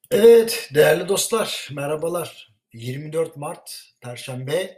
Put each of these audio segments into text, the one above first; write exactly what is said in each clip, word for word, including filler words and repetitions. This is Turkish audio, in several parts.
Evet, değerli dostlar, merhabalar. yirmi dört Mart Perşembe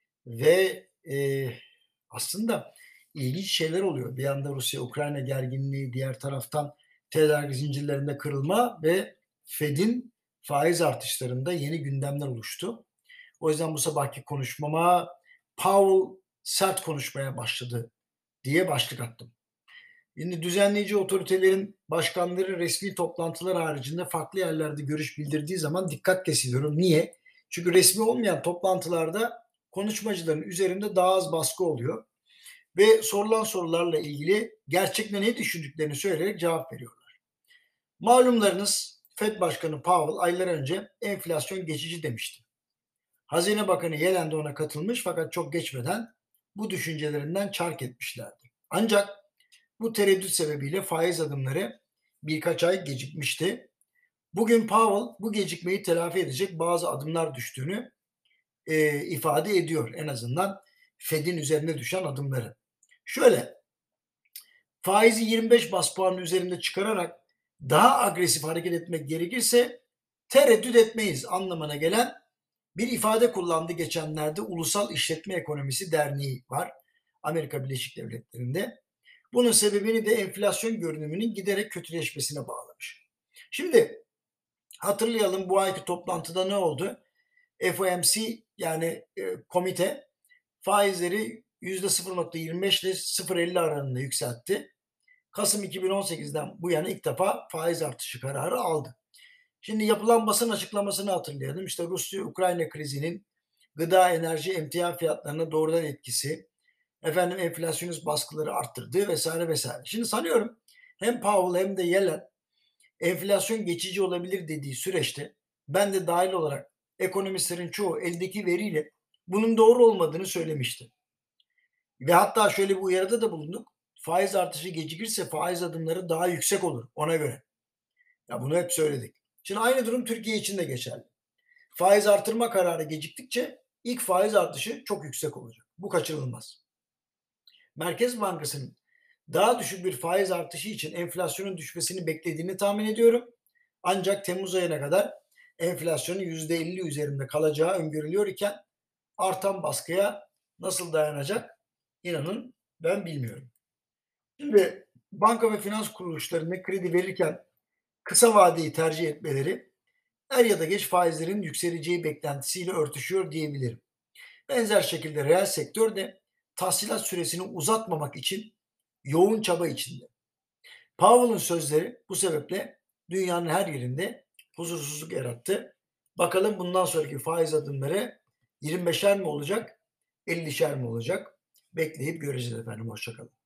ve, eee, aslında ilginç şeyler oluyor. Bir yanda Rusya-Ukrayna gerginliği, diğer taraftan tedarik zincirlerinde kırılma ve Fed'in faiz artışlarında yeni gündemler oluştu. O yüzden bu sabahki konuşmama "Powell sert konuşmaya başladı." diye başlık attım. Şimdi düzenleyici otoritelerin başkanları resmi toplantılar haricinde farklı yerlerde görüş bildirdiği zaman dikkat kesiliyorum. Niye? Çünkü resmi olmayan toplantılarda konuşmacıların üzerinde daha az baskı oluyor ve sorulan sorularla ilgili gerçekte ne düşündüklerini söyleyerek cevap veriyorlar. Malumlarınız Fed Başkanı Powell aylar önce enflasyon geçici demişti. Hazine Bakanı Yellen de ona katılmış fakat çok geçmeden bu düşüncelerinden çark etmişlerdi. Ancak bu tereddüt sebebiyle faiz adımları birkaç ay gecikmişti. Bugün Powell bu gecikmeyi telafi edecek bazı adımlar düştüğünü e, ifade ediyor. En azından Fed'in üzerine düşen adımları. Şöyle, faizi yirmi beş bas puanın üzerinde çıkararak daha agresif hareket etmek gerekirse tereddüt etmeyiz anlamına gelen bir ifade kullandı geçenlerde Ulusal İşletme Ekonomisi Derneği var Amerika Birleşik Devletleri'nde. Bunun sebebini de enflasyon görünümünün giderek kötüleşmesine bağlamış. Şimdi hatırlayalım bu ayki toplantıda ne oldu? F O M C yani e, komite faizleri yüzde sıfır nokta yirmi beş ile sıfır nokta elli aralığında yükseltti. Kasım iki bin on sekizden bu yana ilk defa faiz artışı kararı aldı. Şimdi yapılan basın açıklamasını hatırlayalım. İşte Rusya-Ukrayna krizinin gıda, enerji, emtia fiyatlarına doğrudan etkisi, efendim enflasyonist baskıları arttırdığı vesaire vesaire. Şimdi sanıyorum hem Powell hem de Yellen enflasyon geçici olabilir dediği süreçte ben de dahil olarak ekonomistlerin çoğu eldeki veriyle bunun doğru olmadığını söylemişti. Ve hatta şöyle bir uyarıda da bulunduk. Faiz artışı gecikirse faiz adımları daha yüksek olur ona göre. Ya bunu hep söyledik. Şimdi aynı durum Türkiye için de geçerli. Faiz artırma kararı geciktikçe ilk faiz artışı çok yüksek olacak. Bu kaçınılmaz. Merkez Bankası'nın daha düşük bir faiz artışı için enflasyonun düşmesini beklediğini tahmin ediyorum. Ancak Temmuz ayına kadar enflasyonun yüzde elli üzerinde kalacağı öngörülüyor iken artan baskıya nasıl dayanacak? İnanın ben bilmiyorum. Şimdi banka ve finans kuruluşlarına kredi verirken kısa vadeyi tercih etmeleri er ya da geç faizlerin yükseleceği beklentisiyle örtüşüyor diyebilirim. Benzer şekilde reel sektör de tahsilat süresini uzatmamak için yoğun çaba içinde. Powell'ın sözleri bu sebeple dünyanın her yerinde huzursuzluk yarattı. Bakalım bundan sonraki faiz adımları yirmi beşer mi olacak, ellişer mi olacak? Bekleyip göreceğiz efendim. Hoşça kalın.